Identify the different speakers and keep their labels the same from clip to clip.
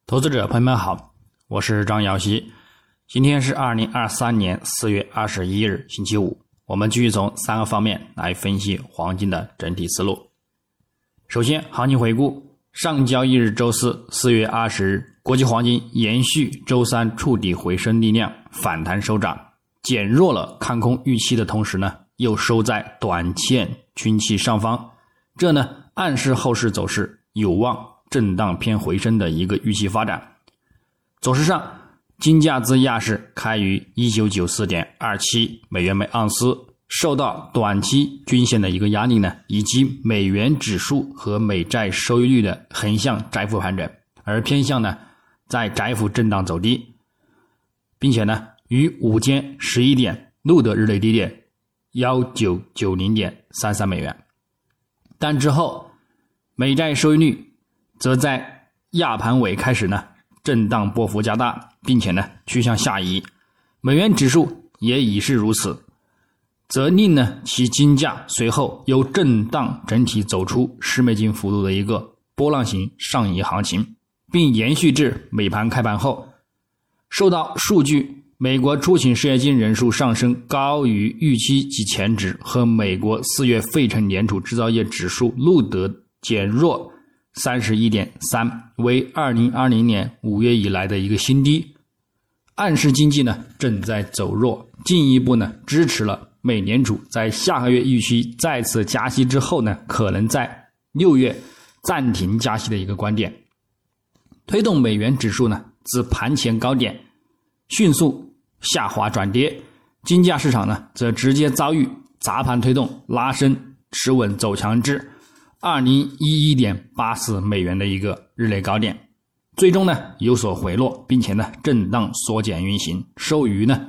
Speaker 1: 投资者朋友们好，我是张瑶希。今天是2023年4月21日星期五，我们继续从3个方面来分析黄金的整体思路。首先，行情回顾，上交易日周四4月20日，国际黄金延续周三触底回升力量，反弹收涨，减弱了看空预期的同时呢，又收在短线均期上方，这呢暗示后市走势有望震荡偏回升的一个预期发展。走势上，金价自亚市开于 1994.27 美元每盎司，受到短期均线的一个压力呢，以及美元指数和美债收益率的横向窄幅盘整，而偏向呢在窄幅震荡走低，并且呢于午间11点录得日内低点 1990.33 美元。但之后美债收益率则在亚盘尾开始呢震荡波幅加大，并且呢趋向下移，美元指数也已是如此，则令呢其金价随后由震荡整体走出10美金幅度的一个波浪形上移行情，并延续至美盘开盘后，受到数据美国出勤失业金人数上升高于预期及前值和美国4月费城联储制造业指数录得减弱31.3 为2020年5月以来的一个新低，暗示经济呢正在走弱，进一步呢支持了美联储在下个月预期再次加息之后呢，可能在6月暂停加息的一个观点，推动美元指数呢自盘前高点迅速下滑转跌，金价市场呢则直接遭遇砸盘推动拉升持稳走强至2011.84 美元的一个日内高点，最终呢有所回落，并且呢震荡缩减运行，收于呢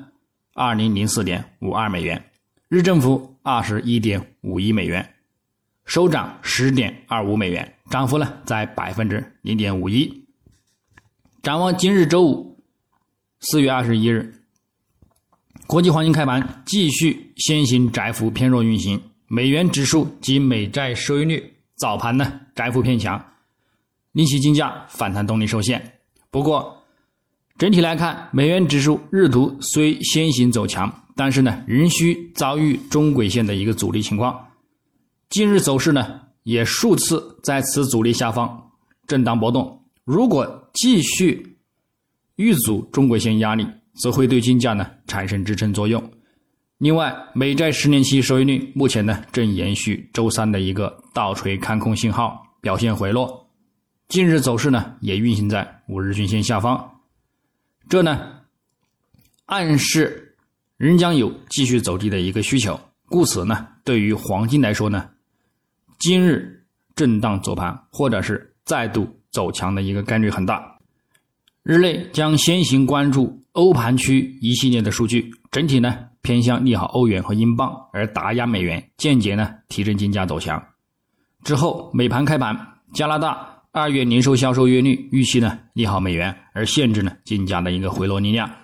Speaker 1: 2004.52 美元，日振幅 21.51 美元，收涨 10.25 美元，涨幅呢在 0.51%。 展望今日周五4月21日，国际黄金开盘继续先行窄幅偏弱运行，美元指数及美债收益率早盘呢窄幅偏强，令其金价反弹动力受限。不过整体来看，美元指数日图虽先行走强，但是呢仍需遭遇中轨线的一个阻力情况，近日走势呢也数次在此阻力下方震荡波动，如果继续遇阻中轨线压力，则会对金价呢产生支撑作用。另外，美债10年期收益率目前呢正延续周三的一个倒锤看空信号，表现回落，近日走势呢也运行在5日均线下方，这呢暗示仍将有继续走低的一个需求，故此呢对于黄金来说呢，今日震荡走盘或者是再度走强的一个概率很大。日内将先行关注欧盘区一系列的数据，整体呢偏向利好欧元和英镑，而打压美元，间接呢提振金价走强。之后美盘开盘，加拿大2月零售销售月率预期呢利好美元，而限制呢金价的一个回落力量。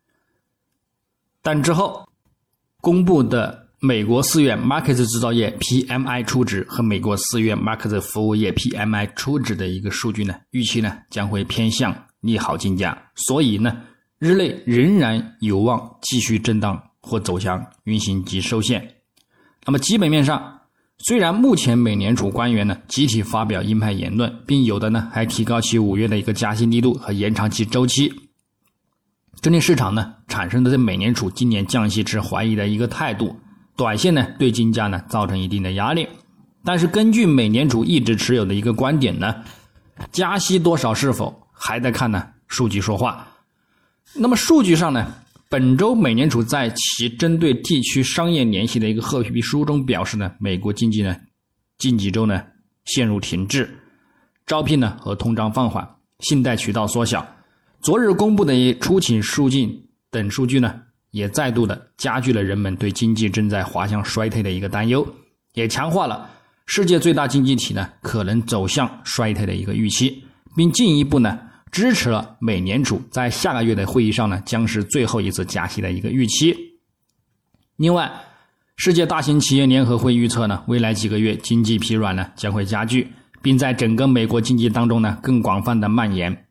Speaker 1: 但之后公布的美国4月 Markets 制造业 PMI 初值和美国4月 Markets 服务业 PMI 初值的一个数据呢，预期呢将会偏向利好金价，所以呢日内仍然有望继续震荡或走强运行及受限。那么基本面上，虽然目前美联储官员呢集体发表鹰派言论，并有的呢还提高其5月的一个加息力度和延长其周期，这令市场呢产生的对美联储今年降息持怀疑的一个态度，短线呢对金价呢造成一定的压力。但是根据美联储一直持有的一个观点呢，加息多少是否还得看呢数据说话。那么数据上呢，本周美联储在其针对地区商业联系的一个褐皮书中表示呢，美国经济呢近几周呢陷入停滞，招聘呢和通胀放缓，信贷渠道缩小。昨日公布的出勤数据等数据呢，也再度的加剧了人们对经济正在滑向衰退的一个担忧，也强化了世界最大经济体呢可能走向衰退的一个预期，并进一步呢支持了美联储在下个月的会议上呢将是最后一次加息的一个预期。另外，世界大型企业联合会预测呢，未来几个月经济疲软呢将会加剧，并在整个美国经济当中呢更广泛的蔓延，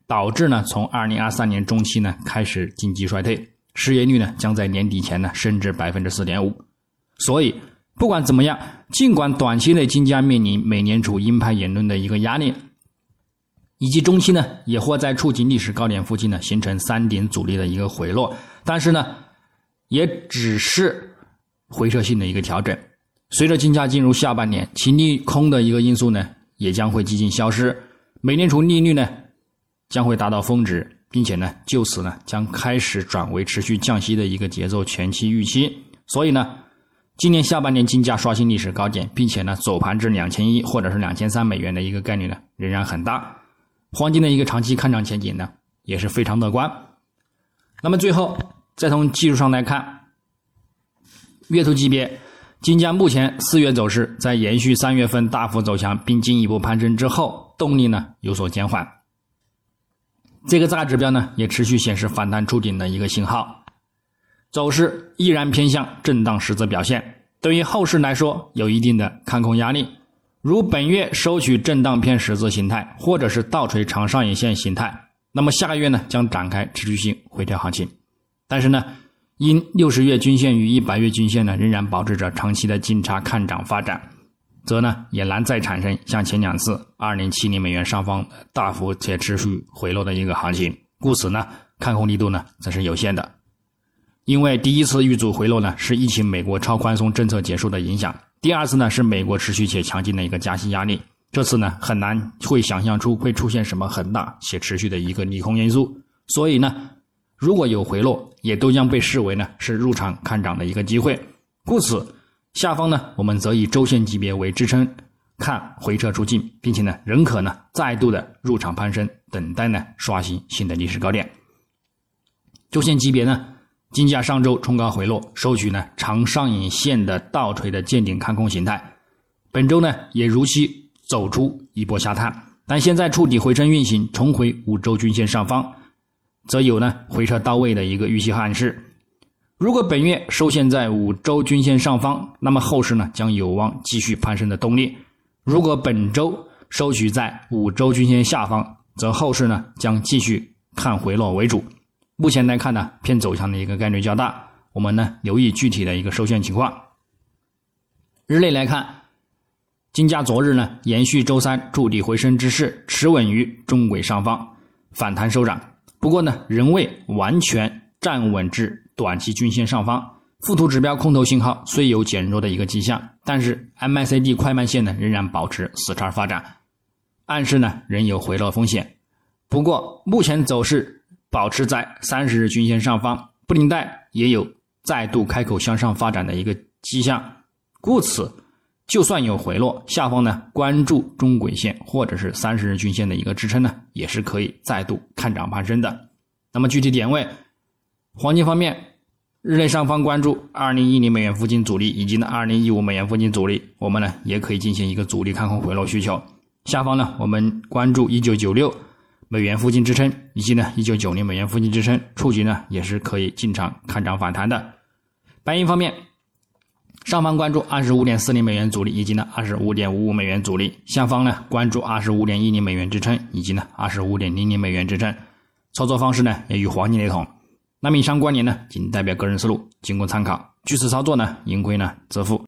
Speaker 1: 导致呢从2023年中期呢开始经济衰退，失业率呢将在年底前呢升至 4.5%。 所以不管怎么样，尽管短期内金价面临美联储鹰派言论的一个压力，以及中期呢也或在触及历史高点附近呢形成3点阻力的一个回落，但是呢也只是回撤性的一个调整。随着金价进入下半年，其利空的一个因素呢也将会几近消失，美联储利率呢将会达到峰值，并且呢就此呢将开始转为持续降息的一个节奏前期预期。所以呢今年下半年金价刷新历史高点，并且呢走盘至2100或者是2300美元的一个概率呢仍然很大。黄金的一个长期看涨前景呢也是非常乐观。那么最后再从技术上来看，月图级别金价目前4月走势在延续3月份大幅走强并进一步攀升之后，动力呢有所减缓，这个大指标呢也持续显示反弹触顶的一个信号，走势依然偏向震荡实质表现。对于后市来说有一定的看空压力，如本月收取震荡偏十字形态或者是倒锤长上影线形态，那么下个月呢将展开持续性回调行情。但是呢因60月均线与100月均线呢仍然保持着长期的金叉看涨发展，则呢也难再产生像前2次2070美元上方大幅且持续回落的一个行情，故此呢看空力度呢则是有限的。因为第一次遇阻回落呢是疫情美国超宽松政策结束的影响，第二次呢是美国持续且强劲的一个加息压力，这次呢很难会想象出会出现什么很大且持续的一个利空因素，所以呢如果有回落也都将被视为呢是入场看涨的一个机会。故此下方呢我们则以周线级别为支撑，看回撤出尽，并且呢仍可呢再度的入场攀升，等待呢刷新新的历史高点。周线级别呢金价上周冲高回落，收取呢长上影线的倒锤的见顶看空形态，本周呢也如期走出一波下探，但现在触底回升运行，重回5周均线上方，则有呢回撤到位的一个预期暗示。如果本月收线在5周均线上方，那么后市呢将有望继续攀升的动力。如果本周收取在5周均线下方，则后市呢将继续看回落为主。目前来看呢偏走强的一个概率较大，我们呢留意具体的一个收线情况。日内来看，金价昨日呢延续周三筑底回升之势，持稳于中轨上方，反弹收涨，不过呢仍未完全站稳至短期均线上方。附图指标空头信号虽有减弱的一个迹象，但是 MACD 快慢线呢仍然保持死叉发展，暗示呢仍有回落风险。不过目前走势保持在30日均线上方，布林带也有再度开口向上发展的一个迹象，故此就算有回落，下方呢关注中轨线或者是30日均线的一个支撑呢也是可以再度看涨攀升的。那么具体点位，黄金方面，日内上方关注2010美元附近阻力以及呢2015美元附近阻力，我们呢也可以进行一个阻力看空回落需求。下方呢我们关注1996美元附近支撑以及呢1990美元附近支撑，触及呢也是可以进场看涨反弹的。白银方面，上方关注25.40美元阻力以及呢25.55美元阻力，下方呢关注25.10美元支撑以及呢25.00美元支撑。操作方式呢也与黄金雷同。那么以上观点呢仅代表个人思路，仅供参考，据此操作呢盈亏呢自负。